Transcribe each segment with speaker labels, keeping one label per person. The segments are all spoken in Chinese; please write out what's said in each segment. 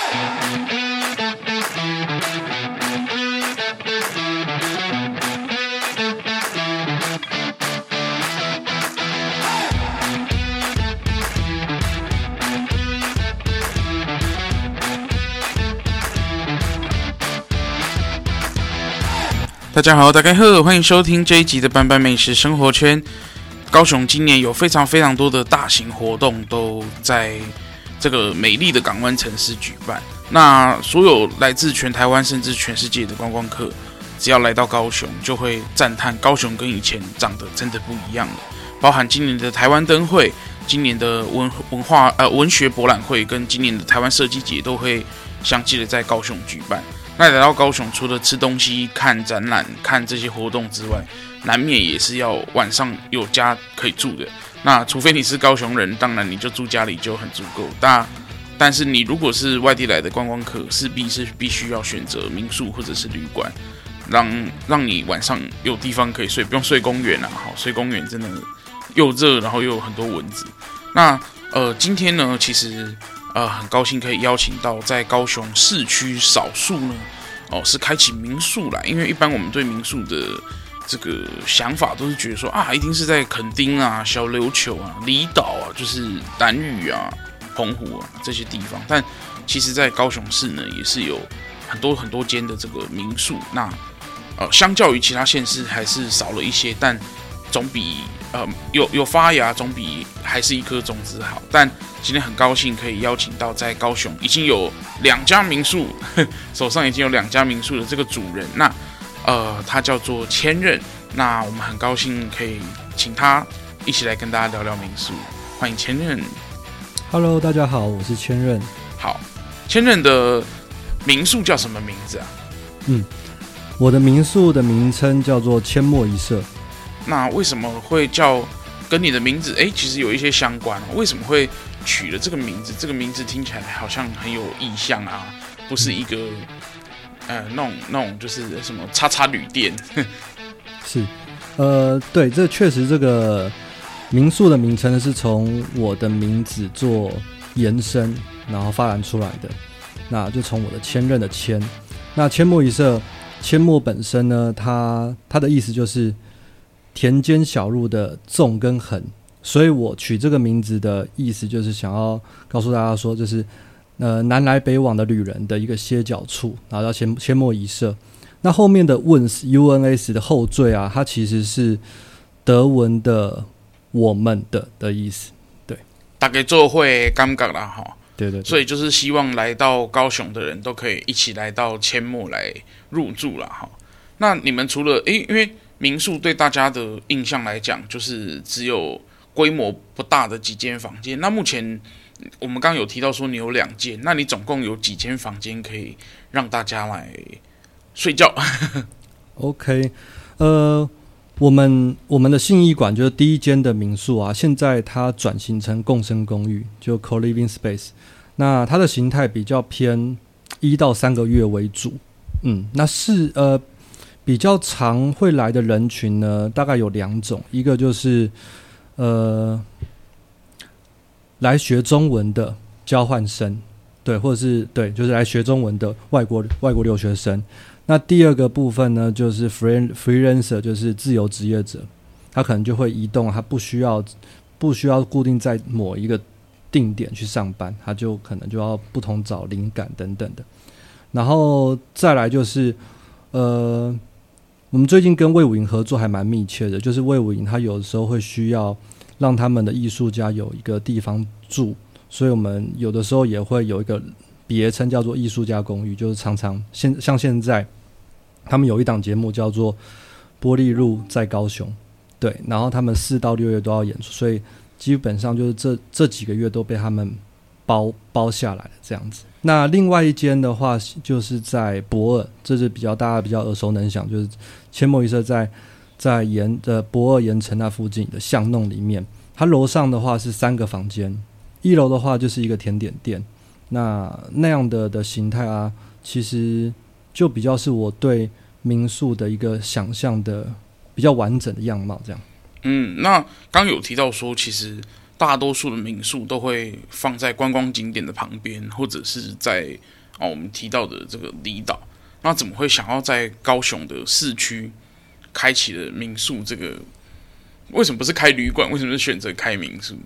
Speaker 1: 大家好，大家好，欢迎收听这一集的班班美食生活圈。高雄今年有非常非常多的大型活动都在这个美丽的港湾城市举办。那所有来自全台湾甚至全世界的观光客，只要来到高雄，就会赞叹高雄跟以前长得真的不一样了。包含今年的台湾灯会、今年的文学博览会跟今年的台湾设计节都会相继的在高雄举办。那来到高雄，除了吃东西、看展览、看这些活动之外，难免也是要晚上有家可以住的。那除非你是高雄人，当然你就住家里就很足够。但是你如果是外地来的观光客，势必是必须要选择民宿或者是旅馆，让你晚上有地方可以睡，不用睡公园啊。好，睡公园真的又热，然后又有很多蚊子。那今天呢，其实很高兴可以邀请到在高雄市区少数呢，是开启民宿啦。因为一般我们对民宿的这个想法都是觉得说啊，一定是在垦丁啊、小琉球啊、离岛啊，就是兰屿啊、澎湖啊这些地方。但其实，在高雄市呢，也是有很多很多间的这个民宿。那相较于其他县市还是少了一些，但总比有发芽总比还是一颗种子好。但今天很高兴可以邀请到在高雄已经有2家民宿，手上已经有2家民宿的这个主人。那他叫做千仞。那我们很高兴可以请他一起来跟大家聊聊民宿。欢迎千仞。
Speaker 2: Hello， 大家好，我是千仞。
Speaker 1: 好，千仞的民宿叫什么名字啊？
Speaker 2: 我的民宿的名称叫做阡陌一舍。
Speaker 1: 那为什么会叫跟你的名字其实有一些相关？为什么会取了这个名字？这个名字听起来好像很有意象啊，不是一个那种就是什么叉叉旅店。
Speaker 2: 是，对，这确实这个民宿的名称是从我的名字做延伸，然后发展出来的。那就从我的千仞的千，那阡陌一舍，阡陌本身呢，它的意思就是田间小路的纵跟横，所以我取这个名字的意思就是想要告诉大家说，就是南来北往的旅人的一个歇脚处，然后叫阡陌一舍。那后面的 uns 的后缀啊，它其实是德文的我们的意思。对，
Speaker 1: 大家做会感觉啦哈。
Speaker 2: 对，
Speaker 1: 所以就是希望来到高雄的人都可以一起来到阡陌来入住啦哈。那你们除了因为民宿对大家的印象来讲，就是只有规模不大的几间房间。那目前我们刚刚有提到说你有2间，那你总共有几间房间可以让大家来睡觉
Speaker 2: ？OK， 我们的信义馆就是第1间的民宿啊，现在它转型成共生公寓，就 co-living space。那它的形态比较偏1到3个月为主。那是比较常会来的人群呢，大概有2种，一个就是来学中文的交换生，对，或者是对，就是来学中文的外国留学生。那第2个部分呢，就是 freelancer， 就是自由职业者，他可能就会移动，他不需要固定在某一个定点去上班，他就可能就要不同找灵感等等的。然后再来就是我们最近跟卫武营合作还蛮密切的，就是卫武营他有的时候会需要让他们的艺术家有一个地方住，所以我们有的时候也会有一个别称叫做艺术家公寓，就是常常像现在他们有一档节目叫做玻璃路在高雄，对，然后他们4到6月都要演出，所以基本上就是这几个月都被他们包下来了这样子。那另外一间的话就是在博尔，这是大家比较耳熟能详，就是阡陌一舍在博尔盐城那附近的巷弄里面，它楼上的话是3个房间，1楼的话就是一个甜点店。那样的形态啊，其实就比较是我对民宿的一个想象的比较完整的样貌这样。
Speaker 1: 那刚有提到说，其实大多数的民宿都会放在观光景点的旁边，或者是在我们提到的这个离岛。那怎么会想要在高雄的市区开启了民宿？这个为什么不是开旅馆？为什么是选择开民宿？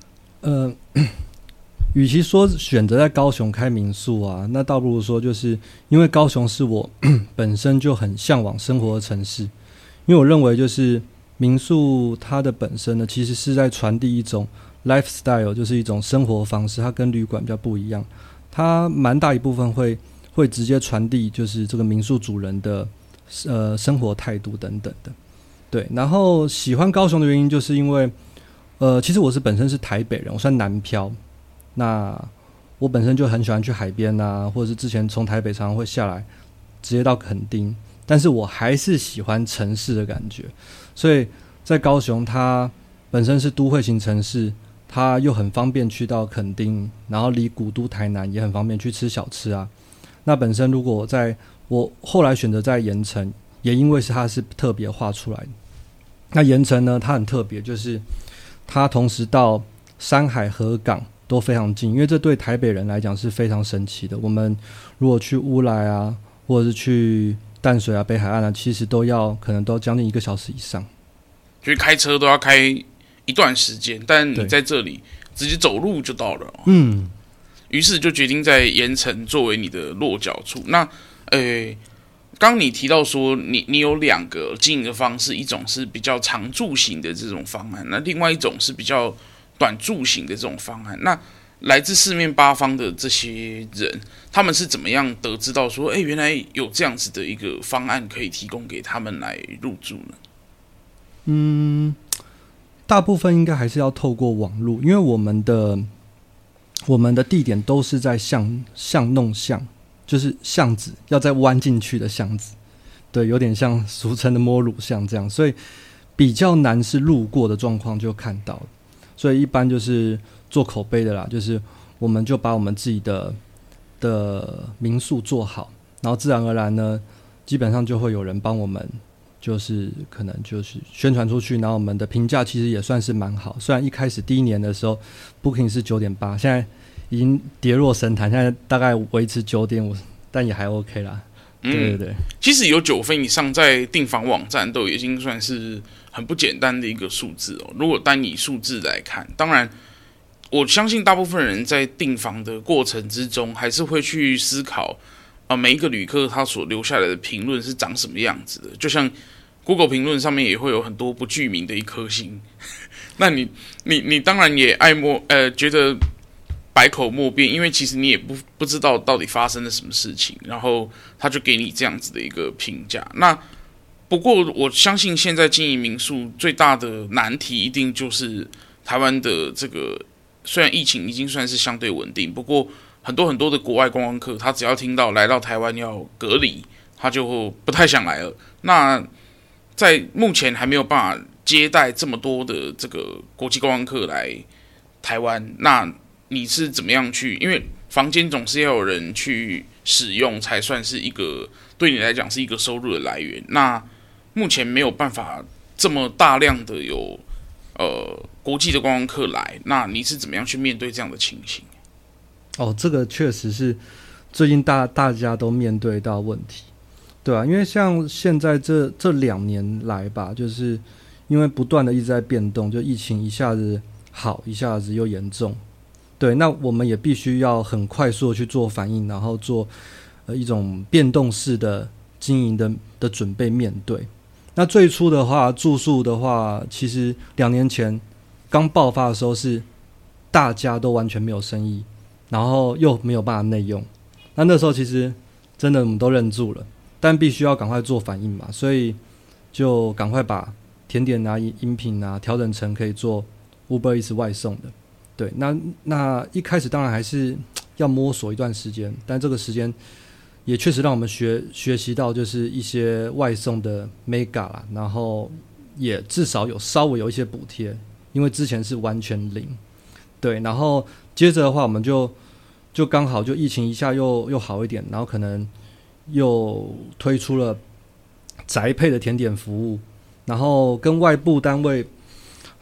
Speaker 2: 与其说选择在高雄开民宿啊，那倒不如说就是因为高雄是我本身就很向往生活的城市，因为我认为就是民宿它的本身呢，其实是在传递一种 lifestyle， 就是一种生活方式，它跟旅馆比较不一样，它蛮大一部分会直接传递就是这个民宿主人的生活态度等等的。对，然后喜欢高雄的原因就是因为其实我本身是台北人，我算南漂。那我本身就很喜欢去海边啊，或者是之前从台北常常会下来直接到垦丁，但是我还是喜欢城市的感觉，所以在高雄它本身是都会型城市，它又很方便去到垦丁，然后离古都台南也很方便去吃小吃啊。那本身如果我后来选择在盐埕，也因为它是特别画出来的。那盐埕呢，它很特别，就是它同时到山海河港都非常近，因为这对台北人来讲是非常神奇的。我们如果去乌来啊，或者是去淡水啊、北海岸啊，其实可能都将近1个小时以上，
Speaker 1: 就是开车都要开一段时间，但你在这里直接走路就到了。于是就决定在盐埕作为你的落脚处。那刚你提到说你有2个经营的方式，一种是比较长住型的这种方案，那另外一种是比较短住型的这种方案。那来自四面八方的这些人，他们是怎么样得知到说，原来有这样子的一个方案可以提供给他们来入住呢？
Speaker 2: 大部分应该还是要透过网络，因为我们的地点都是在巷弄巷，就是巷子要再弯进去的巷子，对，有点像俗称的摸乳巷这样，所以比较难是路过的状况就看到了。所以一般就是做口碑的啦，就是我们就把我们自己的民宿做好，然后自然而然呢，基本上就会有人帮我们，就是可能就是宣传出去，然后我们的评价其实也算是蛮好。虽然一开始第1年的时候 Booking 是 9.8， 现在已经跌落神坛，现在大概维持 9.5， 但也还 OK 啦。对对对，
Speaker 1: 其实有9分以上在订房网站都已经算是很不简单的一个数字哦。如果单以数字来看，当然我相信大部分人在订房的过程之中，还是会去思考每一个旅客他所留下来的评论是长什么样子的。就像 Google 评论上面也会有很多不具名的1颗星，那你当然也觉得百口莫辩，因为其实你也不知道到底发生了什么事情，然后他就给你这样子的一个评价。那不过我相信现在经营民宿最大的难题一定就是台湾的这个，虽然疫情已经算是相对稳定，不过很多的国外观光客，他只要听到来到台湾要隔离，他就不太想来了。那在目前还没有办法接待这么多的这个国际观光客来台湾，那你是怎么样去？因为房间总是要有人去使用，才算是一个对你来讲是一个收入的来源。那目前没有办法这么大量的有国际的观光客来，那你是怎么样去面对这样的情形？
Speaker 2: 这个确实是最近大家都面对到问题，对啊，因为像现在这2年来吧，就是因为不断的一直在变动，就疫情一下子好，一下子又严重。对，那我们也必须要很快速的去做反应，然后做一种变动式的经营的准备面对。那最初的话，住宿的话，其实2年前刚爆发的时候是大家都完全没有生意，然后又没有办法内用。那时候其实真的我们都认住了，但必须要赶快做反应嘛，所以就赶快把甜点啊、饮品啊调整成可以做 Uber Eats 外送的。对，那一开始当然还是要摸索一段时间，但这个时间也确实让我们学习到就是一些外送的 mega 啦，然后也至少稍微有一些补贴，因为之前是完全零。对，然后接着的话我们就刚好就疫情一下又好一点，然后可能又推出了宅配的甜点服务，然后跟外部单位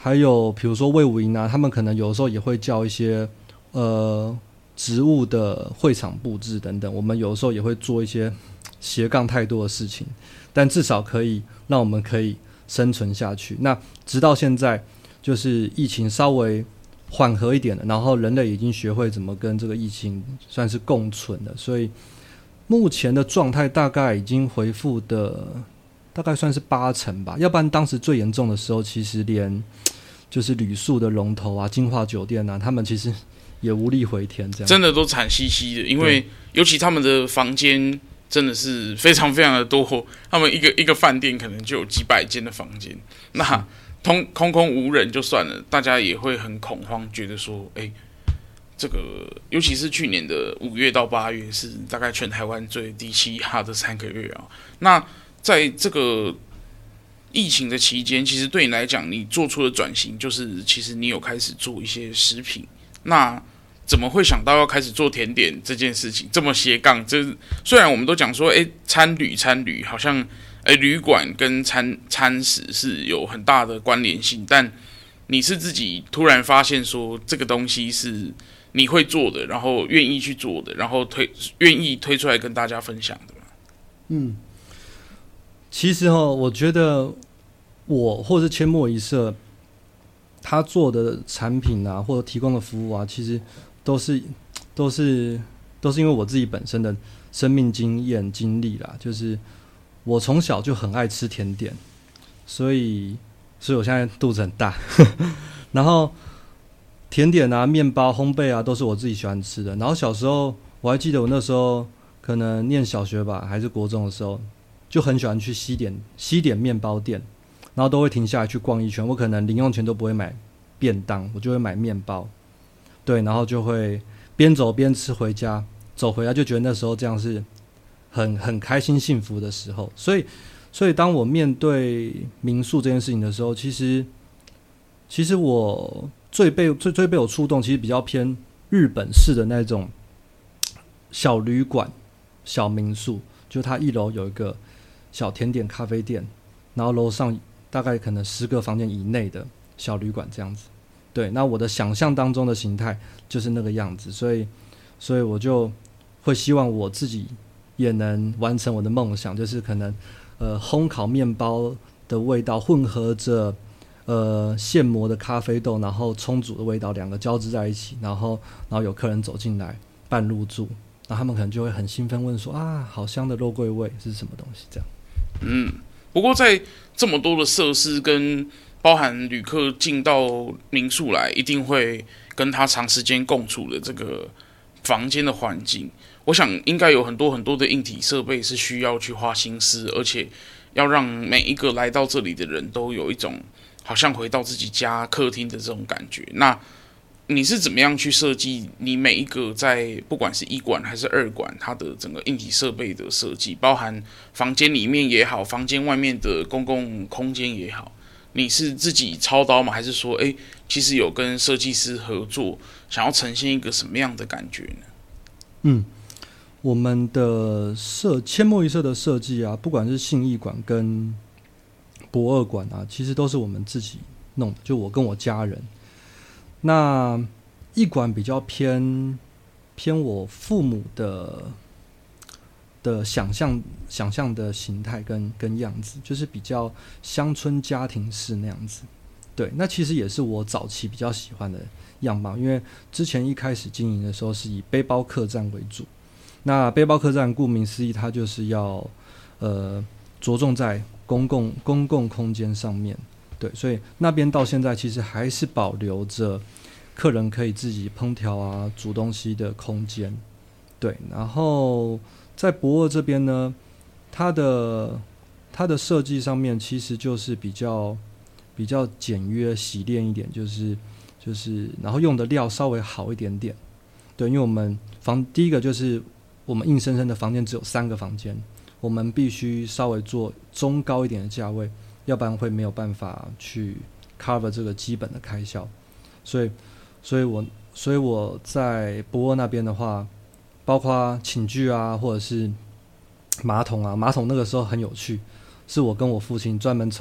Speaker 2: 还有比如说卫武营啊，他们可能有的时候也会叫一些植物的会场布置等等，我们有的时候也会做一些斜杠太多的事情，但至少可以让我们可以生存下去。那直到现在，就是疫情稍微缓和一点了，然后人类已经学会怎么跟这个疫情算是共存了，所以目前的状态大概已经恢复的大概算是80%吧。要不然当时最严重的时候，其实连就是旅宿的龙头啊、金华酒店啊，他们其实也无力回天，这样
Speaker 1: 真的都惨兮兮的。因为尤其他们的房间真的是非常非常的多，他们一个饭店可能就有几百间的房间，那空空无人就算了，大家也会很恐慌，觉得说，这个尤其是去年的5月到8月是大概全台湾最低气压的3个月啊。那在这个疫情的期间，其实对你来讲，你做出的转型就是，其实你有开始做一些食品。那怎么会想到要开始做甜点这件事情？这么斜杠，这虽然我们都讲说，餐旅好像，旅馆跟餐食是有很大的关联性，但你是自己突然发现说，这个东西是你会做的，然后愿意去做的，然后愿意推出来跟大家分享的嘛？
Speaker 2: 其实我觉得我或是阡陌一社，他做的产品啊，或者提供的服务啊，其实都是因为我自己本身的生命经验经历啦。就是我从小就很爱吃甜点，所以我现在肚子很大然后甜点啊、面包、烘焙啊，都是我自己喜欢吃的。然后小时候我还记得，我那时候可能念小学吧，还是国中的时候，就很喜欢去西点面包店，然后都会停下来去逛一圈。我可能零用钱都不会买便当，我就会买面包，对，然后就会边走边吃回家，走回来就觉得那时候这样是很开心幸福的时候。所以当我面对民宿这件事情的时候，其实我最被我触动，其实比较偏日本式的那种小旅馆、小民宿，就它1楼有一个小甜点咖啡店，然后楼上大概可能10个房间以内的小旅馆这样子。对，那我的想象当中的形态就是那个样子，所以我就会希望我自己也能完成我的梦想，就是可能烘烤面包的味道混合着现磨的咖啡豆，然后冲煮的味道，两个交织在一起，然后有客人走进来办入住，然后他们可能就会很兴奋问说啊，好香的肉桂味是什么东西这样。
Speaker 1: 不过在这么多的设施跟包含旅客进到民宿来，一定会跟他长时间共处的这个房间的环境，我想应该有很多很多的硬体设备是需要去花心思，而且要让每一个来到这里的人都有一种好像回到自己家客厅的这种感觉。那你是怎么样去设计你每一个在不管是1馆还是2馆，它的整个硬体设备的设计，包含房间里面也好，房间外面的公共空间也好，你是自己操刀吗？还是说，其实有跟设计师合作，想要呈现一个什么样的感觉呢？
Speaker 2: 我们的阡陌一社的设计啊，不管是信义馆跟博二馆啊，其实都是我们自己弄的，就我跟我家人。那1馆比较偏我父母的想象的形态跟样子，就是比较乡村家庭式那样子。对，那其实也是我早期比较喜欢的样貌，因为之前一开始经营的时候是以背包客栈为主。那背包客栈顾名思义，它就是要着重在公共空间上面。对，所以那边到现在其实还是保留着客人可以自己烹调啊、煮东西的空间。对，然后在博二这边呢，它的设计上面其实就是比较简约洗练一点，就是然后用的料稍微好一点点。对，因为我们第一个就是我们硬生生的房间只有3个房间，我们必须稍微做中高一点的价位，要不然会没有办法去 cover 这个基本的开销。所以我在博二那边的话，包括寝具啊，或者是马桶啊，马桶那个时候很有趣，是我跟我父亲专门从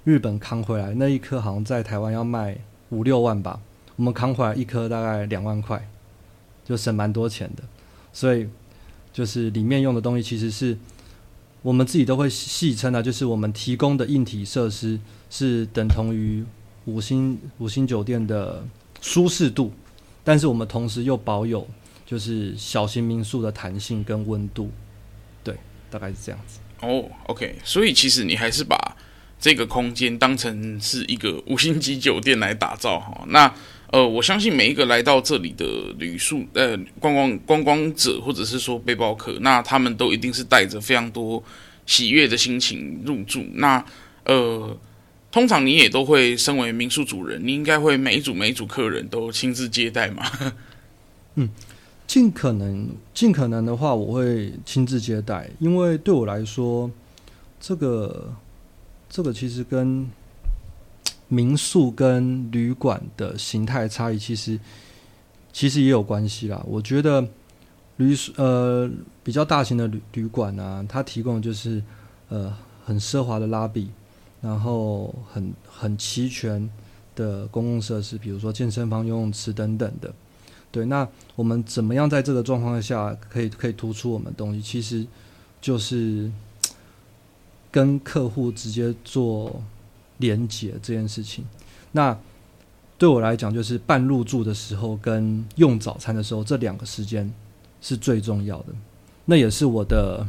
Speaker 2: 日本扛回来，那一颗好像在台湾要卖5-6万吧，我们扛回来一颗大概2万块，就省蛮多钱的。所以就是里面用的东西其实是我们自己都会戏称的，就是我们提供的硬体设施是等同于五星酒店的舒适度，但是我们同时又保有就是小型民宿的弹性跟温度，对，大概是这样子。
Speaker 1: OK， 所以其实你还是把这个空间当成是一个5星级酒店来打造哈。那我相信每一个来到这里的观光者或者是说背包客，那他们都一定是带着非常多喜悦的心情入住。那通常你也都会身为民宿主人，你应该会每一组客人都亲自接待嘛？
Speaker 2: 尽可能的话，我会亲自接待，因为对我来说，这个其实跟民宿跟旅馆的形态差异其实也有关系啦。我觉得比较大型的旅馆啊，它提供的就是很奢华的拉比，然后很齐全的公共设施，比如说健身房、游泳池等等的。对，那我们怎么样在这个状况下可以突出我们的东西？其实就是跟客户直接做连结这件事情。那对我来讲，就是办入住的时候跟用早餐的时候，这2个时间是最重要的。那也是我的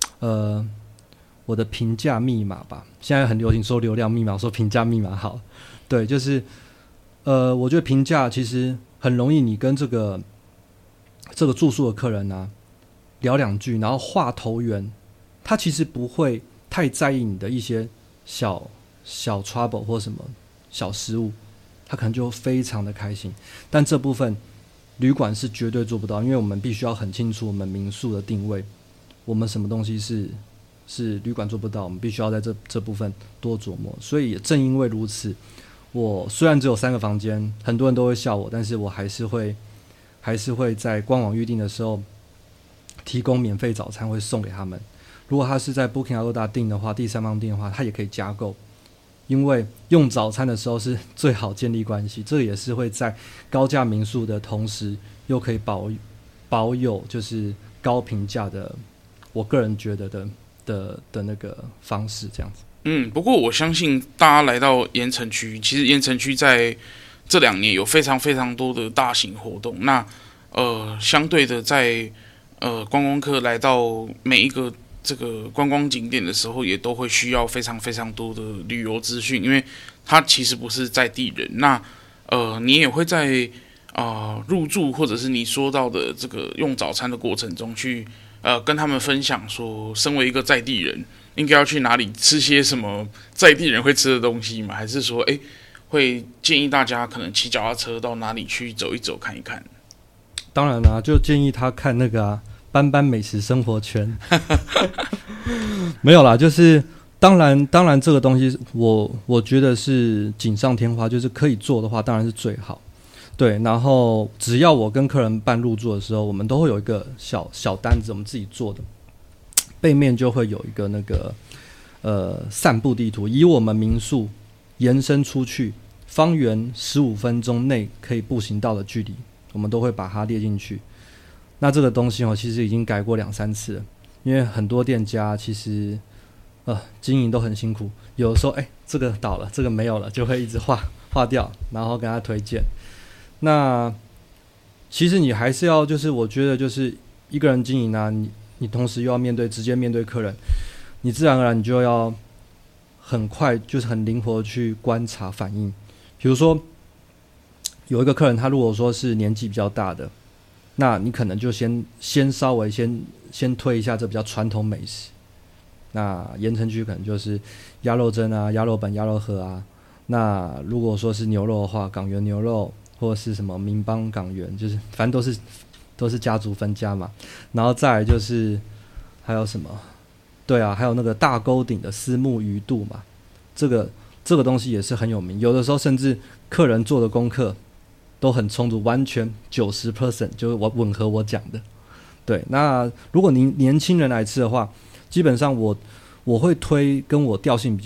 Speaker 2: 评价密码吧。现在很流行说流量密码，说评价密码好。对，就是我觉得评价其实很容易，你跟这个住宿的客人啊聊2句，然后话投缘，他其实不会太在意你的一些小 trouble 或什么小失误，他可能就非常的开心。但这部分旅馆是绝对做不到，因为我们必须要很清楚我们民宿的定位，我们什么东西是旅馆做不到，我们必须要在这部分多琢磨。所以也正因为如此，我虽然只有3个房间，很多人都会笑我，但是我还是会在官网预订的时候提供免费早餐，会送给他们。如果他是在 Booking.com 订的话，第三方订的话，他也可以加购，因为用早餐的时候是最好建立关系，这也是会在高价民宿的同时，又可以保有就是高评价的，我个人觉得的那个方式，这样子。
Speaker 1: 不过我相信大家来到盐埕区，其实盐埕区在这2年有非常非常多的大型活动。那相对的在观光客来到每一个这个观光景点的时候，也都会需要非常非常多的旅游资讯，因为他其实不是在地人。那你也会在入住或者是你说到的这个用早餐的过程中去跟他们分享说，身为一个在地人，应该要去哪里吃些什么在地人会吃的东西吗？还是说，会建议大家可能骑脚踏车到哪里去走一走、看一看？
Speaker 2: 当然啦，就建议他看那个班班美食生活圈。没有啦，就是当然这个东西我觉得是锦上添花，就是可以做的话，当然是最好。对，然后只要我跟客人办入住的时候，我们都会有一个小单子，我们自己做的，背面就会有一个那个散步地图，以我们民宿延伸出去方圆15分钟内可以步行到的距离，我们都会把它列进去。那这个东西其实已经改过2-3次了，因为很多店家其实经营都很辛苦，有的时候这个倒了，这个没有了，就会一直划掉，然后跟他推荐。那其实你还是要，就是我觉得就是一个人经营啊，你同时又要直接面对客人，你自然而然你就要很快，就是很灵活去观察反应。比如说有一个客人，他如果说是年纪比较大的，那你可能就先稍微先推一下这比较传统美食。那盐埕区可能就是鸭肉蒸啊、鸭肉本、鸭肉盒啊。那如果说是牛肉的话，港元牛肉或者是什么民邦港元，就是反正都是家族分家嘛。然后再来就是还有什么？对啊，还有那个大沟顶的丝木鱼肚嘛，这个东西也是很有名。有的时候甚至客人做的功课都很充足，完全90%就是吻合我讲的。对，那如果您年轻人来吃的话，基本上我会推跟我调性比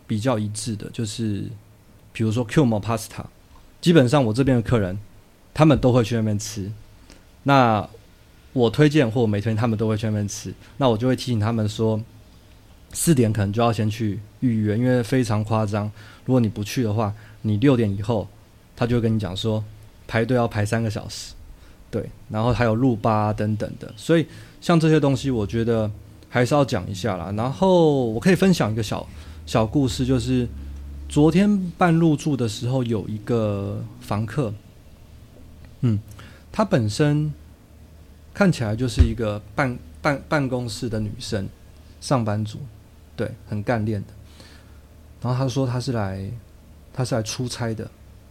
Speaker 2: 比较一致的，就是比如说 Q 毛 Pasta， 基本上我这边的客人他们都会去那边吃。那我推荐或我没推荐，他们都会去那边吃。那我就会提醒他们说，4点可能就要先去预约，因为非常夸张。如果你不去的话，你6点以后，他就会跟你讲说排队要排3个小时，对，然后还有路霸等等的。所以像这些东西，我觉得还是要讲一下啦。然后我可以分享一个小故事，就是昨天办入住的时候，有一个房客，她本身看起来就是一个办公室的女生，上班族，对，很干练的。然后她说她是来出差的。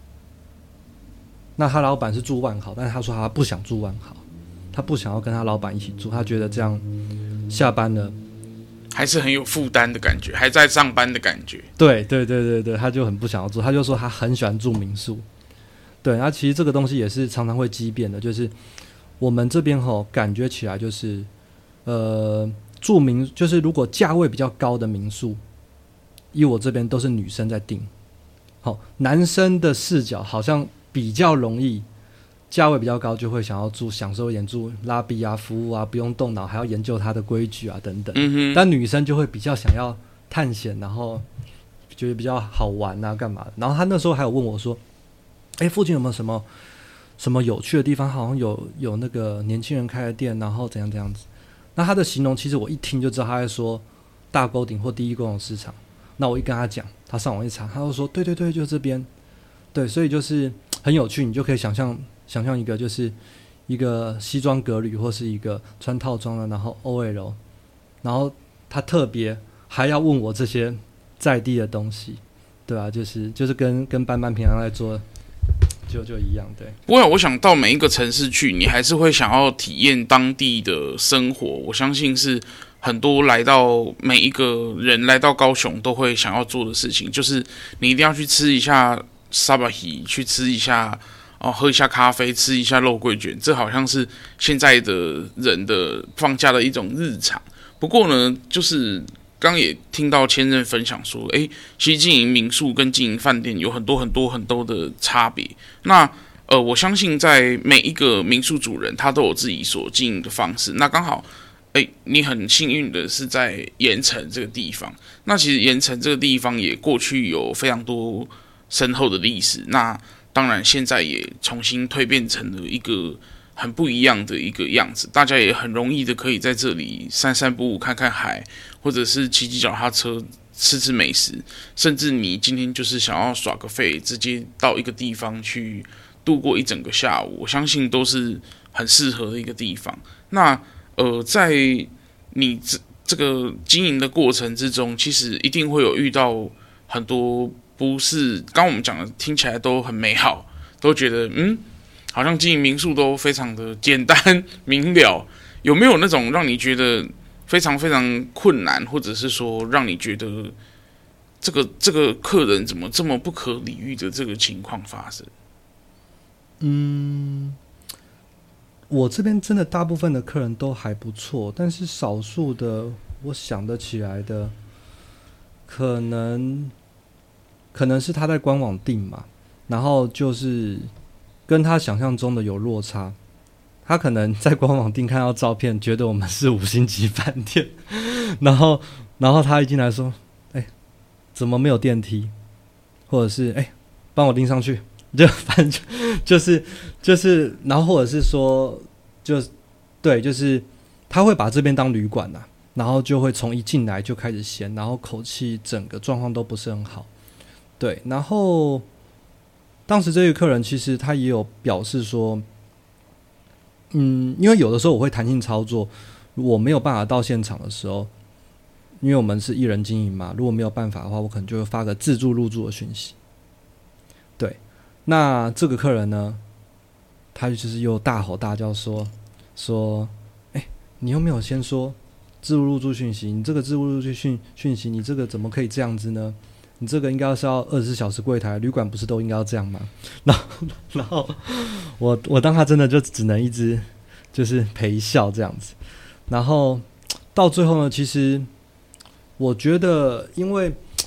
Speaker 2: 那她老板是住万豪，但是她说她不想住万豪，她不想要跟她老板一起住，她觉得这样下班了
Speaker 1: 还是很有负担的感觉，还在上班的感觉。
Speaker 2: 对，她就很不想要住，她就说她很喜欢住民宿。对，那其实这个东西也是常常会畸变的，就是我们这边感觉起来就是住民，就是如果价位比较高的民宿，以我这边都是女生在订，男生的视角好像比较容易，价位比较高就会想要住，享受一点住拉比啊、服务啊，不用动脑，还要研究它的规矩啊等等。但女生就会比较想要探险，然后觉得比较好玩啊，干嘛的。然后他那时候还有问我说：“附近有没有什么有趣的地方？好像有那个年轻人开的店，然后怎样子。”那他的形容其实我一听就知道他在说大沟顶或第一公有市场。那我一跟他讲，他上网一查，他就说：“对，就这边。”对，所以就是很有趣，你就可以想象一个就是一个西装革履或是一个穿套装的，然后 OL， 然后他特别还要问我这些在地的东西，对啊，就是跟班平常在做就一样，对。
Speaker 1: 不过我想到每一个城市去，你还是会想要体验当地的生活。我相信是很多每一个人来到高雄都会想要做的事情，就是你一定要去吃一下沙巴鱼，去吃一下喝一下咖啡，吃一下肉桂卷，这好像是现在的人的放假的一种日常。不过呢，就是刚也听到千仞分享说，其实经营民宿跟经营饭店有很多的差别。那我相信在每一个民宿主人他都有自己所经营的方式。那刚好，你很幸运的是在盐埕这个地方。那其实盐埕这个地方也过去有非常多深厚的历史。那当然现在也重新蜕变成了一个很不一样的一个样子，大家也很容易的可以在这里散散步、看看海，或者是骑脚踏车、吃美食，甚至你今天就是想要耍个废，直接到一个地方去度过一整个下午，我相信都是很适合的一个地方。那在你这个经营的过程之中，其实一定会有遇到很多不是刚我们讲的听起来都很美好，都觉得好像经营民宿都非常的简单明了。有没有那种让你觉得非常非常困难，或者是说让你觉得这个客人怎么这么不可理喻的这个情况发生？
Speaker 2: 我这边真的大部分的客人都还不错，但是少数的我想得起来的，可能是他在官网订嘛，然后就是跟他想象中的有落差。他可能在官网订看到照片，觉得我们是5星级饭店，然后他一进来说：“怎么没有电梯？”或者是帮我订上去。就反正就是，然后或者是说，就是他会把这边当旅馆呐，然后就会从一进来就开始嫌，然后口气整个状况都不是很好。对，然后当时这个客人其实他也有表示说，因为有的时候我会弹性操作，我没有办法到现场的时候，因为我们是一人经营嘛，如果没有办法的话，我可能就会发个自助入住的讯息。对，那这个客人呢，他就是又大吼大叫说，你又没有先说自助入住讯息，你这个自助入住讯息，你这个怎么可以这样子呢？你这个应该是要24小时柜台，旅馆不是都应该要这样吗？然后我当他真的就只能一直就是陪笑这样子。然后到最后呢，其实我觉得因为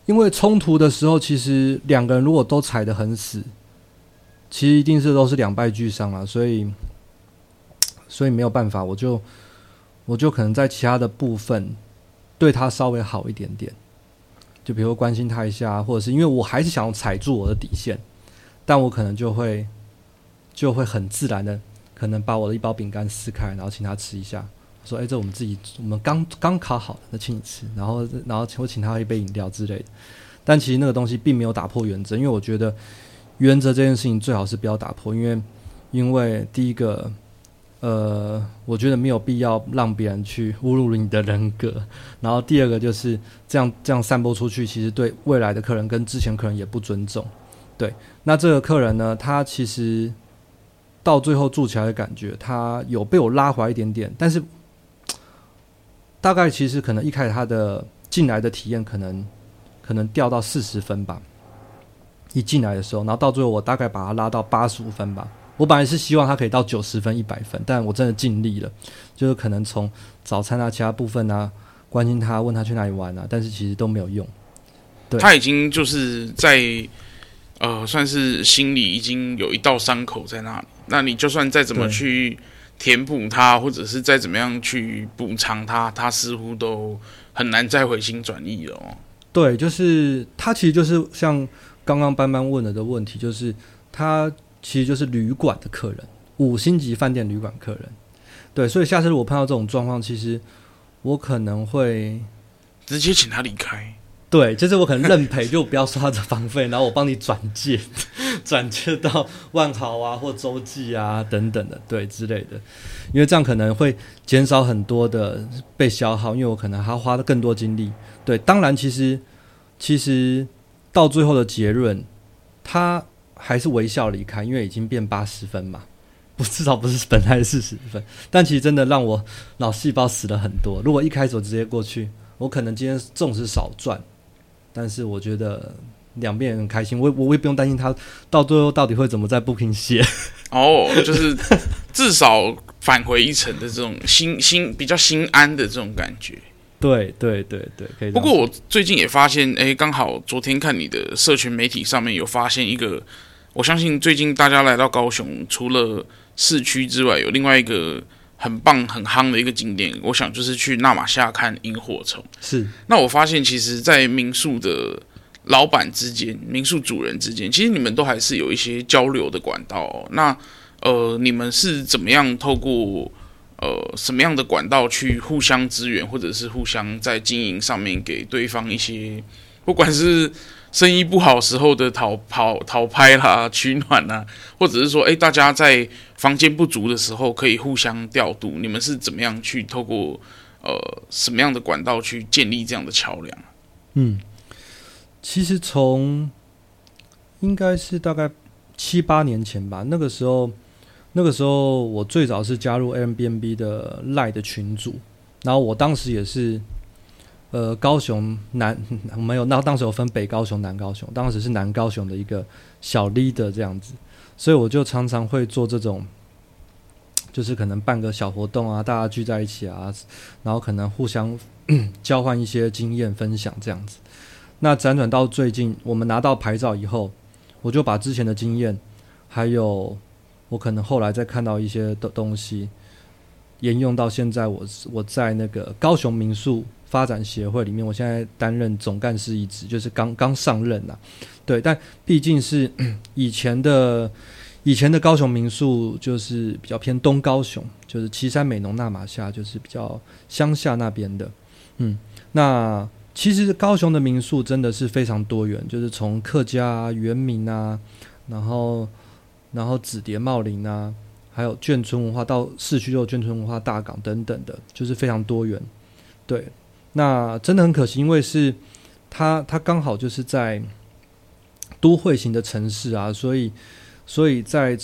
Speaker 2: 因为冲突的时候，其实两个人如果都踩得很死，其实一定是都是两败俱伤啊，所以没有办法，我就可能在其他的部分对他稍微好一点点，就比如说关心他一下，或者是因为我还是想要踩住我的底线，但我可能就会很自然的，可能把我的一包饼干撕开，然后请他吃一下，说：“这我们刚烤好的，那请你吃。”然后我请他喝一杯饮料之类的。但其实那个东西并没有打破原则，因为我觉得原则这件事情最好是不要打破，因为第一个，我觉得没有必要让别人去侮辱你的人格。然后第二个就是这样散播出去，其实对未来的客人跟之前客人也不尊重。对，那这个客人呢，他其实到最后住起来的感觉，他有被我拉回来一点点，但是大概其实可能一开始他的进来的体验可能掉到40分吧，一进来的时候，然后到最后我大概把他拉到85分吧。我本来是希望他可以到90分、100分，但我真的尽力了，就是可能从早餐啊、其他部分啊，关心他、问他去哪里玩啊，但是其实都没有用。对，
Speaker 1: 他已经就是在算是心里已经有一道伤口在那里，那你就算再怎么去填补它，或者是再怎么样去补偿它，它似乎都很难再回心转意了哦。
Speaker 2: 对，就是他其实就是像刚刚班班问了的问题，就是他其实就是旅馆的客人，5星级饭店旅馆客人。对，所以下次如果碰到这种状况，其实我可能会
Speaker 1: 直接请他离开。
Speaker 2: 对，就是我可能认赔，就不要收他的房费，然后我帮你转借到万豪啊或洲际啊等等的，对之类的，因为这样可能会减少很多的被消耗，因为我可能还要花更多精力。对，当然其实到最后的结论，他还是微笑离开，因为已经变80分嘛，至少不是本来40分，但其实真的让我脑细胞死了很多。如果一开始我直接过去，我可能今天纵使少赚，但是我觉得两边也很开心，我也不用担心他到最后到底会怎么在 Booking 写。
Speaker 1: 哦，就是至少返回一层的这种比较心安的这种感觉。
Speaker 2: 对，可以。
Speaker 1: 不过我最近也发现，刚好昨天看你的社群媒体上面有发现一个，我相信最近大家来到高雄，除了市区之外，有另外一个很棒很夯的一个景点，我想就是去纳马夏看萤火虫。
Speaker 2: 是，
Speaker 1: 那我发现其实在民宿的老板之间、民宿主人之间，其实你们都还是有一些交流的管道哦。那你们是怎么样透过什么样的管道去互相支援，或者是互相在经营上面给对方一些，不管是生意不好时候的讨拍啦、取暖啦，或者是说，大家在房间不足的时候可以互相调度。你们是怎么样去透过什么样的管道去建立这样的桥梁？
Speaker 2: 其实从应该是大概7、8年前吧，那个时候我最早是加入 Airbnb 的 LINE 的群组，然后我当时也是高雄南没有，那当时有分北高雄、南高雄，当时是南高雄的一个小 leader 这样子，所以我就常常会做这种，就是可能办个小活动啊，大家聚在一起啊，然后可能互相交换一些经验分享这样子。那辗转到最近，我们拿到牌照以后，我就把之前的经验，还有我可能后来再看到一些的东西，沿用到现在我在那个高雄民宿发展协会里面，我现在担任总干事一职，就是刚上任啊。对，但毕竟是以前的高雄民宿就是比较偏东高雄，就是旗山美浓纳马夏，就是比较乡下那边的。那其实高雄的民宿真的是非常多元，就是从客家啊、原民啊，然后紫蝶茂林啊，还有眷村文化，到市区就有眷村文化大港等等的，就是非常多元。对，那真的很可惜，因为是它刚好就是在都会型的城市啊，所以在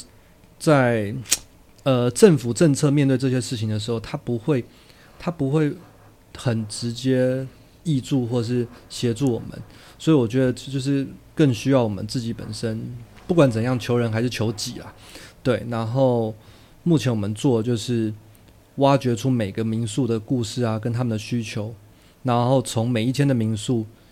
Speaker 2: 政府政策面对这些事情的时候，它不会很直接挹注或是协助我们，所以我觉得就是更需要我们自己本身，不管怎样求人还是求己啦。对，然后目前我们做的就是挖掘出每个民宿的故事啊，跟他们的需求，然后从每一间的民宿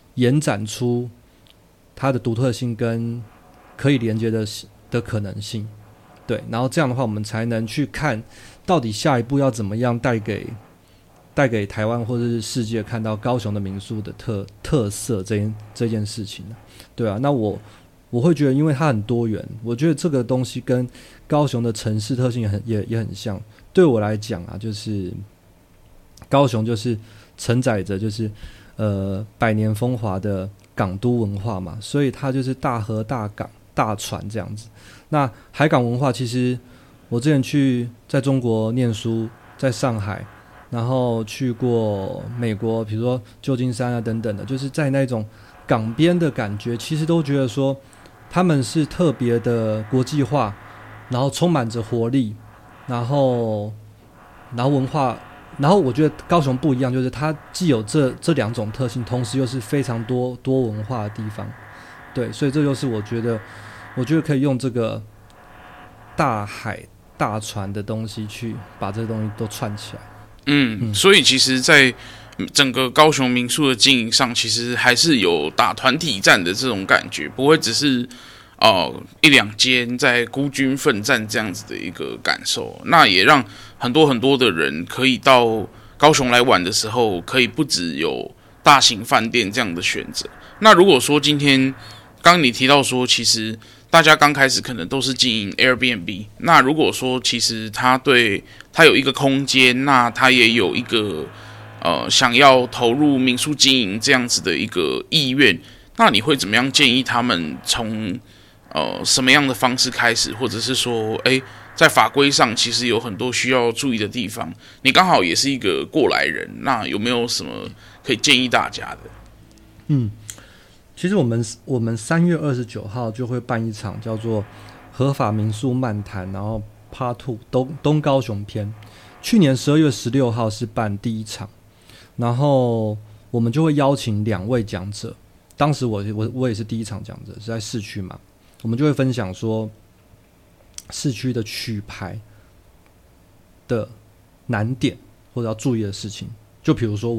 Speaker 2: 延展出它的独特性跟可以连接的可能性。对，然后这样的话，我们才能去看到底下一步要怎么样带给台湾或者是世界看到高雄的民宿的特色这件事情。对啊，那我会觉得，因为它很多元，我觉得这个东西跟高雄的城市特性也很像。对我来讲啊，就是高雄就是承载着就是百年风华的港都文化嘛，所以它就是大河大港大船这样子。那海港文化，其实我之前在中国念书，在上海，然后去过美国，比如说旧金山啊等等的，就是在那种港边的感觉，其实都觉得说他们是特别的国际化，然后充满着活力，然后文化，然后我觉得高雄不一样，就是它既有这两种特性，同时又是非常多文化的地方。对，所以这就是我觉得可以用这个大海大船的东西去把这个东西都串起来。
Speaker 1: 所以其实在整个高雄民宿的经营上，其实还是有打团体战的这种感觉，不会只是一两间在孤军奋战这样子的一个感受。那也让很多的人可以到高雄来玩的时候，可以不只有大型饭店这样的选择。那如果说今天刚刚你提到说，其实大家刚开始可能都是经营 Airbnb， 那如果说其实他有一个空间，那他也有一个想要投入民宿经营这样子的一个意愿，那你会怎么样建议他们从什么样的方式开始，或者是说在法规上其实有很多需要注意的地方，你刚好也是一个过来人，那有没有什么可以建议大家的？
Speaker 2: 其实我们3月29号就会办一场叫做合法民宿漫谈，然后 Part 2 东高雄篇。去年12月16号是办第一场，然后我们就会邀请2位讲者。当时我也是第一场讲者，是在市区嘛，我们就会分享说市区的取牌的难点或者要注意的事情。就比如说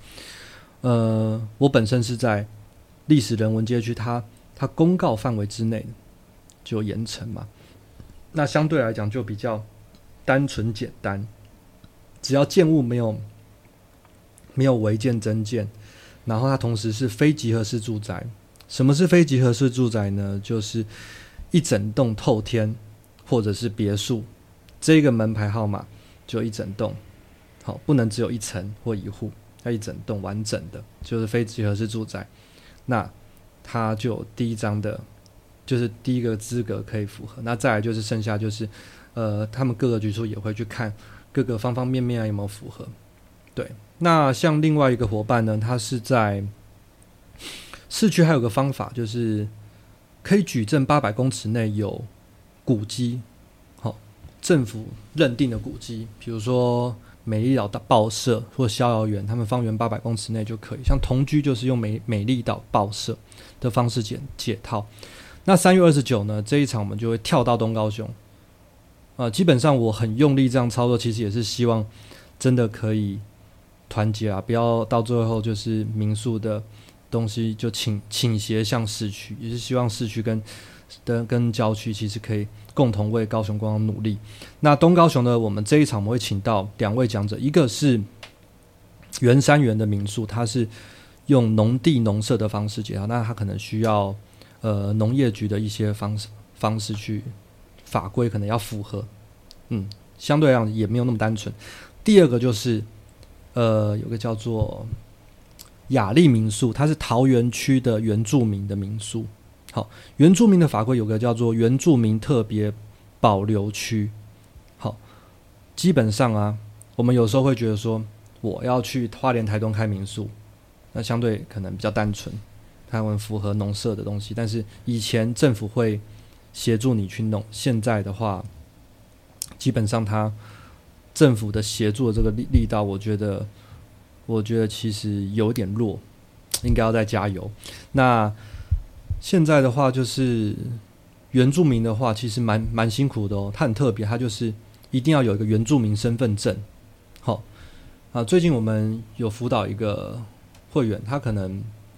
Speaker 2: 我本身是在历史人文街区，它公告范围之内就盐城嘛，那相对来讲就比较单纯简单，只要建物没有违建增建，然后它同时是非集合式住宅。什么是非集合式住宅呢？就是一整栋透天或者是别墅，这个门牌号码就一整栋，好，不能只有一层或一户，要一整栋完整的，就是非集合式住宅。那它就有第一张的，就是第一个资格可以符合。那再来就是剩下就是他们各个局处也会去看各个方方面面有没有符合。对，那像另外一个伙伴呢，他是在市区，还有个方法就是可以举证800公尺内有古迹，政府认定的古迹，比如说美丽岛报社或逍遥园，他们方圆800公尺内就可以。像同居就是用美丽岛报社的方式解套。那3月29呢，这一场我们就会跳到东高雄。基本上我很用力这样操作，其实也是希望真的可以团结啊，不要到最后就是民宿的东西就倾斜向市区，也是希望市区跟郊区其实可以共同为高雄观光努力。那东高雄的我们这一场我们会请到2位讲者，一个是圆山园的民宿，它是用农地农舍的方式解套，那它可能需要农业局的一些方式去法规可能要符合，相对来讲也没有那么单纯。第二个就是有个叫做雅丽民宿，它是桃园区的原住民的民宿。好，原住民的法规有个叫做原住民特别保留区。好，基本上啊，我们有时候会觉得说，我要去花莲台东开民宿，那相对可能比较单纯，它很符合农舍的东西，但是以前政府会协助你去弄，现在的话基本上它政府的协助的这个力道，我觉得其实有点弱，应该要再加油。那现在的话就是原住民的话其实蛮辛苦的哦，它很特别，它就是一定要有一个原住民身份证。最近我们有辅导一个会员，他可能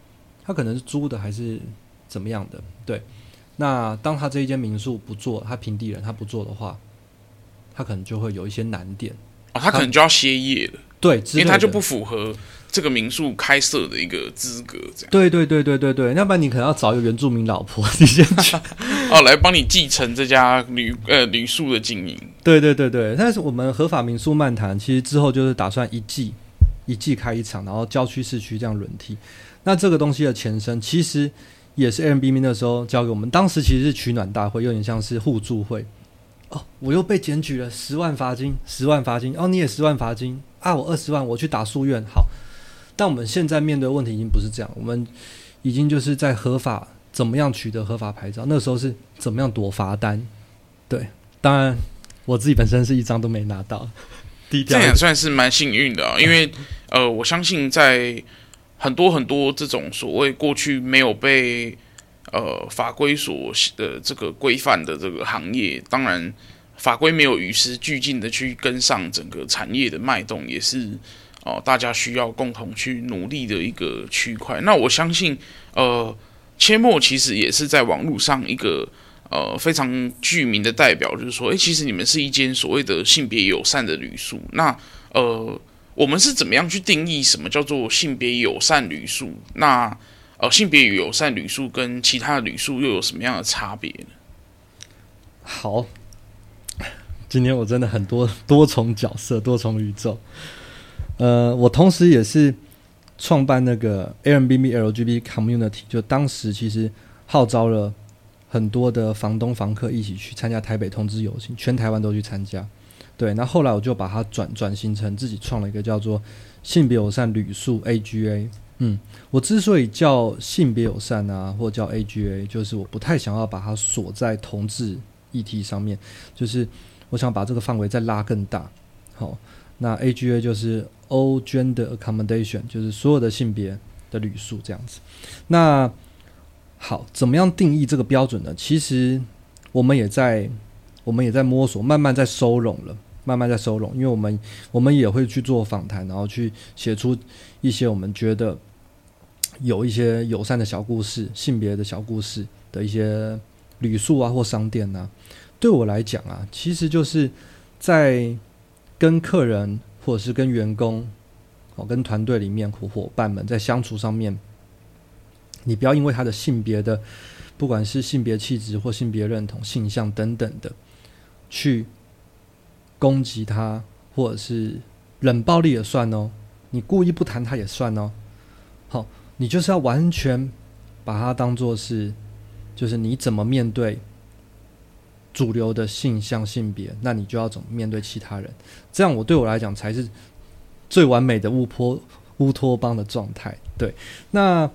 Speaker 2: 他可能是租的还是怎么样的，对。那当他这一间民宿不做，他平地人他不做的话，他可能就会有一些难点
Speaker 1: 他可能就要歇业了，
Speaker 2: 对，
Speaker 1: 因为他就不符合这个民宿开设的一个资格，这样。
Speaker 2: 对，要不然你可能要找一个原住民老婆，你先去
Speaker 1: 来帮你继承这家旅宿的经营。
Speaker 2: 对，但是我们合法民宿漫谈其实之后就是打算一季开一场，然后郊区市区这样轮替。那这个东西的前身其实也是 Airbnb 那时候教给我们，当时其实是取暖大会，有点像是互助会。我又被检举了10万罚金，你也10万罚金啊，我20万，我去打诉愿。好，但我们现在面对的问题已经不是这样，我们已经就是在合法怎么样取得合法牌照，那时候是怎么样躲罚单。对，当然我自己本身是一张都没拿到，
Speaker 1: 这也算是蛮幸运的因为我相信在很多这种所谓过去没有被法规所这个规范的这个行业，当然法规没有与时俱进的去跟上整个产业的脉动，也是大家需要共同去努力的一个区块。那我相信阡陌其实也是在网络上一个非常具名的代表，就是说其实你们是一间所谓的性别友善的旅宿。那我们是怎么样去定义什么叫做性别友善旅宿？那性别友善旅宿跟其他的旅宿又有什么样的差别呢？
Speaker 2: 好，今天我真的很多重角色，多重宇宙。我同时也是创办那个 Airbnb LGBT Community， 就当时其实号召了很多的房东房客一起去参加台北同志游行，全台湾都去参加。对，那后来我就把它转型成自己创了一个叫做性别友善旅宿 AGA。我之所以叫性别友善啊，或叫 AGA， 就是我不太想要把它锁在同志议题上面，就是我想把这个范围再拉更大。好，那 AGA 就是 All Gender Accommodation， 就是所有的性别的旅宿这样子。那好，怎么样定义这个标准呢？其实我们也在摸索，慢慢在收拢，因为我们也会去做访谈，然后去写出一些我们觉得有一些友善的小故事、性别的小故事的一些旅宿啊或商店啊。对我来讲啊，其实就是在跟客人或者是跟员工、跟团队里面伙伴们在相处上面，你不要因为他的性别的，不管是性别气质或性别认同、性向等等的，去攻击他，或者是冷暴力也算哦，你故意不谈他也算哦。好，你就是要完全把它当作是，就是你怎么面对主流的性向性别，那你就要怎么面对其他人。这样对我来讲才是最完美的乌托邦的状态。对，那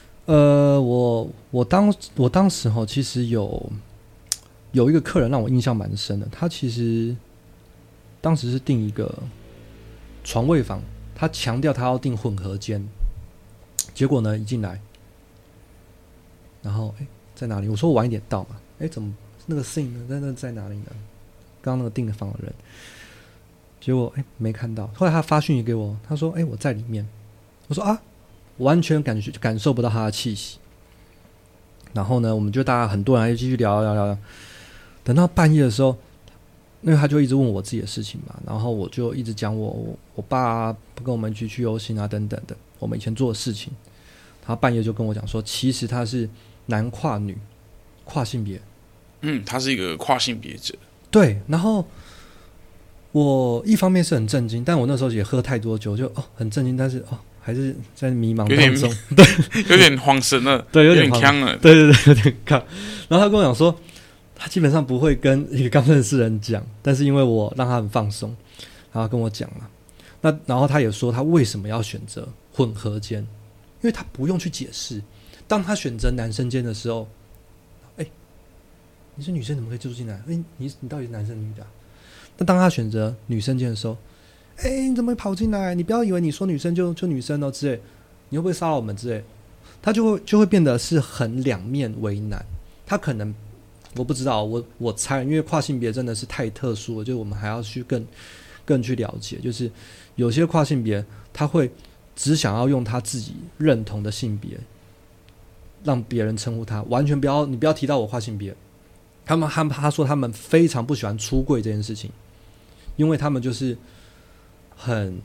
Speaker 2: 我当时其实有一个客人让我印象蛮深的，他其实当时是订一个床位房，他强调他要订混合间，结果呢一进来，然后在哪里？我说我晚一点到嘛，怎么那个 SIM 呢？那在哪里呢？刚刚那个订房的人，结果没看到。后来他发讯息给我，他说我在里面。我说啊，我完全感受不到他的气息。然后呢，我们就大家很多人继续聊，等到半夜的时候，因为他就一直问我自己的事情嘛，然后我就一直讲我爸不跟我们一起去游行啊等等的，我们以前做的事情。他半夜就跟我讲说，其实他是男跨女，跨性别。
Speaker 1: 他是一个跨性别者。对，
Speaker 2: 然后我一方面是很震惊，但我那时候也喝太多酒，就很震惊，但是还是在迷茫当中，
Speaker 1: 对，有点恍神了，
Speaker 2: 对，有
Speaker 1: 点呛了，
Speaker 2: 对，有点呛。然后他跟我讲说，他基本上不会跟一个刚认识的人讲，但是因为我让他很放松，然后他跟我讲了。那然后他也说他为什么要选择混合间，因为他不用去解释。当他选择男生间的时候，你是女生怎么可以住进来？你到底是男生女的那当他选择女生间的时候，你怎么会跑进来？你不要以为你说女生就女生哦之类，你会不会骚扰我们之类？他就会变得是很两面为难。他可能我不知道，我猜，因为跨性别真的是太特殊了，就我们还要去更去了解。就是有些跨性别他会只想要用他自己认同的性别让别人称呼他，完全你不要提到我跨性别。他说他们非常不喜欢出柜这件事情，因为他们就是很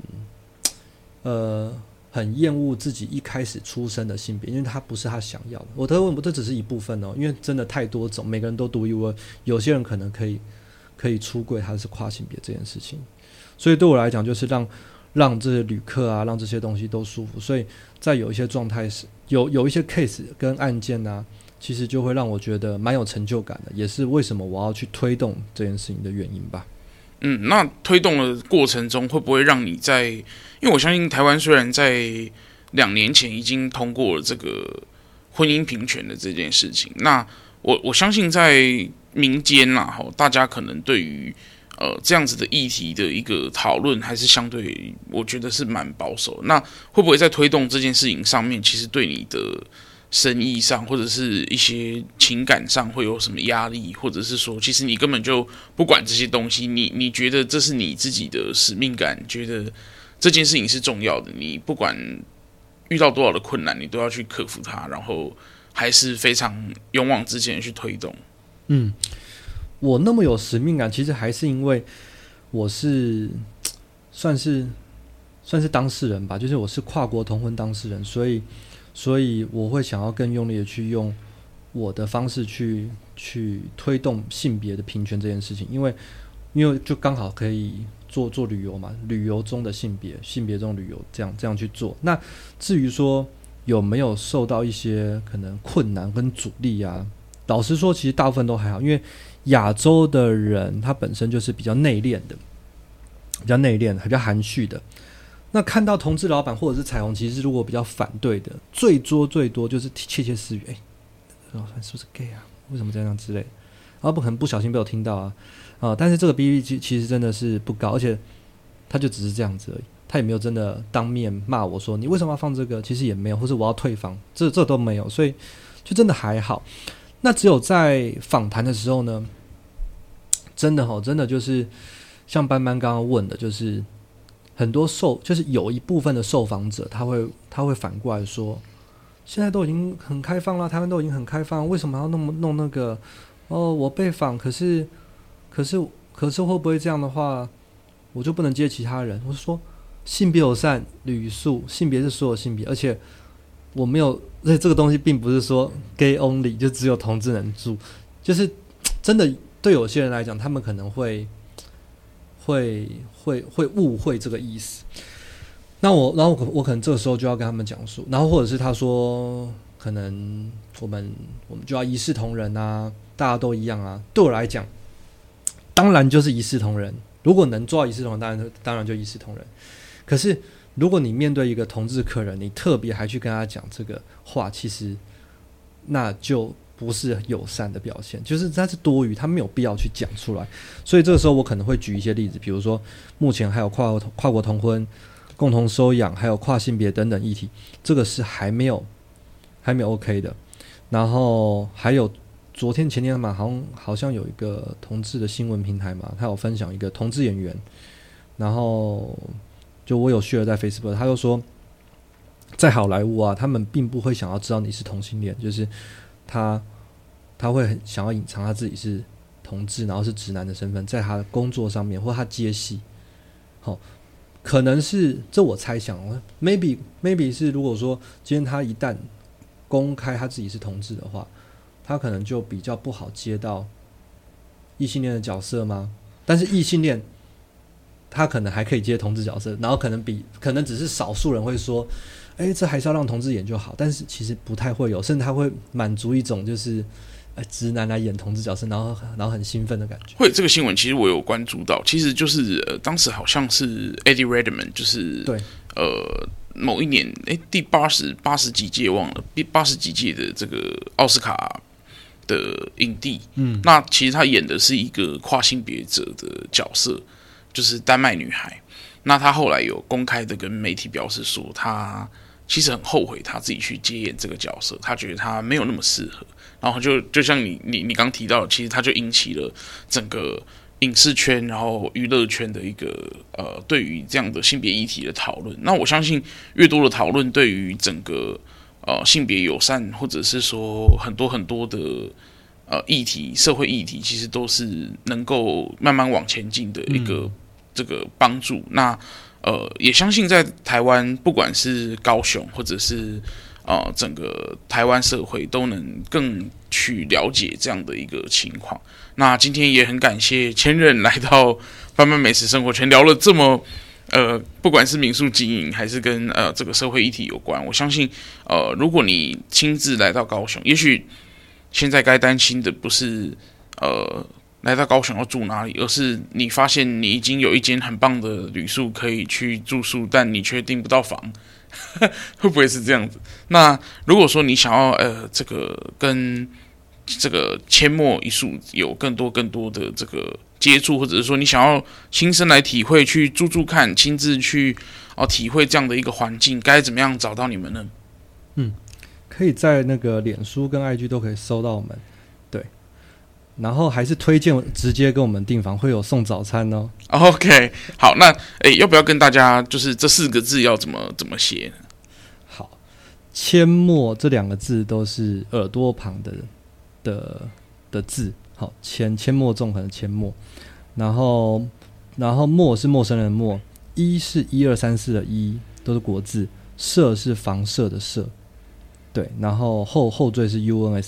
Speaker 2: 厌恶自己一开始出生的性别，因为他不是他想要的。我的问这只是一部分哦，因为真的太多种，每个人都独一无二。有些人可能可以出柜，他是跨性别这件事情，所以对我来讲，就是让这些旅客啊，让这些东西都舒服。所以在有一些状态是有一些 case 跟案件啊，其实就会让我觉得蛮有成就感的，也是为什么我要去推动这件事情的原因吧。
Speaker 1: 那推动的过程中，会不会让你因为我相信台湾虽然在2年前已经通过了这个婚姻平权的这件事情，那我相信在民间啦，大家可能对于这样子的议题的一个讨论，还是相对我觉得是蛮保守的。那会不会在推动这件事情上面，其实对你的生意上或者是一些情感上会有什么压力，或者是说其实你根本就不管这些东西，你觉得这是你自己的使命感，觉得这件事情是重要的，你不管遇到多少的困难，你都要去克服它，然后还是非常勇往直前的去推动。
Speaker 2: 我那么有使命感，其实还是因为我是算是当事人吧，就是我是跨国同婚当事人，所以我会想要更用力的去用我的方式去推动性别的平权这件事情，因为就刚好可以做旅游嘛，旅游中的性别中旅游这样去做。那至于说有没有受到一些可能困难跟阻力啊，老实说其实大部分都还好，因为亚洲的人他本身就是比较内敛的，比较含蓄的。那看到同志老板或者是彩虹，其实如果比较反对的，最多就是窃窃私语，老板是不是 gay 啊？为什么这样之类的？然后不可能不小心被我听到啊，但是这个比例其实真的是不高，而且他就只是这样子而已，他也没有真的当面骂我说你为什么要放这个，其实也没有，或是我要退房，这都没有，所以就真的还好。那只有在访谈的时候呢，真的就是像班班刚刚问的，就是很多就是有一部分的受访者，他会反过来说，现在都已经很开放了，台湾都已经很开放，为什么要弄那个？我被访，可是会不会这样的话，我就不能接其他人？我说性别友善、旅宿，性别是所有性别，而且我没有，而且这个东西并不是说 gay only 就只有同志能住，就是真的对有些人来讲，他们可能会误会这个意思。然后我可能这个时候就要跟他们讲述，然后或者是他说可能我们就要一视同仁啊，大家都一样啊。对我来讲，当然就是一视同仁。如果能做到一视同仁，当然就一视同仁。可是如果你面对一个同志客人，你特别还去跟他讲这个话，其实那就不是友善的表现，就是他是多余，他没有必要去讲出来。所以这个时候我可能会举一些例子，比如说目前还有跨国同婚、共同收养，还有跨性别等等议题，这个是还没有 OK 的。然后还有昨天前天嘛，好像有一个同志的新闻平台嘛，他有分享一个同志演员，然后就我有 share 在 Facebook， 他就说在好莱坞啊，他们并不会想要知道你是同性恋，就是他会很想要隐藏他自己是同志，然后是直男的身份，在他的工作上面或他接戏，可能是这我猜想 maybe 是如果说今天他一旦公开他自己是同志的话，他可能就比较不好接到异性恋的角色吗？但是异性恋他可能还可以接同志角色，然后可能只是少数人会说，这还是要让同志演就好，但是其实不太会有，甚至他会满足一种就是直男来演同志角色，然后很兴奋的感觉。
Speaker 1: 会这个新闻其实我有关注到，其实就是当时好像是 Eddie Redmayne， 就是
Speaker 2: 对
Speaker 1: 某一年第80几届忘了80几届的这个奥斯卡的影帝，那其实他演的是一个跨性别者的角色，就是丹麦女孩。那他后来有公开的跟媒体表示说，他其实很后悔他自己去接演这个角色，他觉得他没有那么适合。然后就像你刚提到的，其实他就引起了整个影视圈，然后娱乐圈的一个对于这样的性别议题的讨论。那我相信越多的讨论，对于整个性别友善，或者是说很多很多的议题，社会议题，其实都是能够慢慢往前进的一个这个帮助。那也相信在台湾，不管是高雄或者是整个台湾社会，都能更去了解这样的一个情况。那今天也很感谢前任来到班班美食生活圈，聊了这么不管是民宿经营还是跟这个社会议题有关，我相信如果你亲自来到高雄，也许现在该担心的不是来到高雄要住哪里，而是你发现你已经有一间很棒的旅宿可以去住宿，但你却订不到房，会不会是这样子？那如果说你想要这个跟这个阡陌一宿有更多的这个接触，或者是说你想要亲身来体会，去住看，亲自去体会这样的一个环境，该怎么样找到你们呢？
Speaker 2: 可以在那个脸书跟 IG 都可以搜到我们，对。然后还是推荐直接跟我们订房，会有送早餐哦。
Speaker 1: OK， 好，那要不要跟大家就是这4个字要怎么写呢？
Speaker 2: 好，阡陌这2个字都是耳朵旁的字，好，阡陌纵横的阡陌，然后陌是陌生人的陌，一是1、2、3、4的一，都是国字，舍是房舍的舍，对，然后后缀是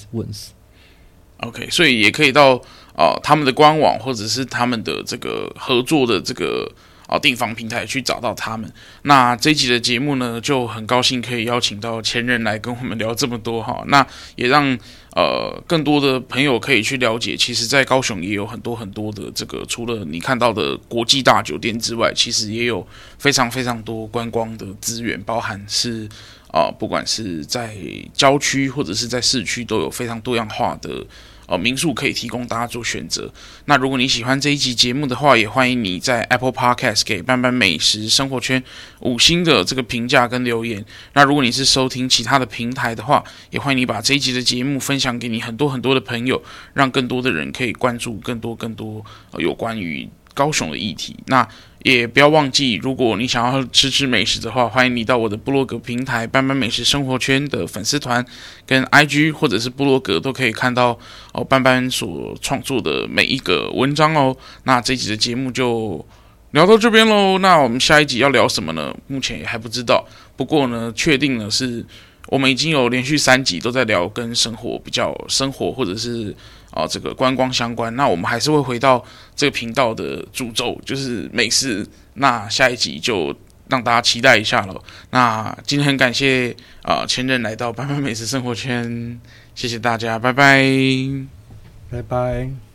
Speaker 2: UNS。OK，
Speaker 1: 所以也可以到他们的官网或者是他们的这个合作的这个订房平台去找到他们。那这一集的节目呢，就很高兴可以邀请到前任来跟我们聊这么多哈。那也让更多的朋友可以去了解，其实在高雄也有很多的这个，除了你看到的国际大酒店之外，其实也有非常非常多观光的资源，包含是不管是在郊区或者是在市区，都有非常多样化的民宿可以提供大家做选择。那如果你喜欢这一集节目的话，也欢迎你在 Apple Podcast 给班班美食生活圈5星的这个评价跟留言。那如果你是收听其他的平台的话，也欢迎你把这一集的节目分享给你很多的朋友，让更多的人可以关注更多有关于高雄的议题。那也不要忘记，如果你想要吃美食的话，欢迎你到我的部落格平台班班美食生活圈的粉丝团跟 IG 或者是部落格，都可以看到班班所创作的每一个文章哦。那这一集的节目就聊到这边咯。那我们下一集要聊什么呢？目前也还不知道，不过呢，确定的是我们已经有连续3集都在聊跟生活或者是这个观光相关。那我们还是会回到这个频道的主轴，就是美食。那下一集就让大家期待一下了。那今天很感谢前任来到班班美食生活圈，谢谢大家，拜拜，
Speaker 2: 拜拜。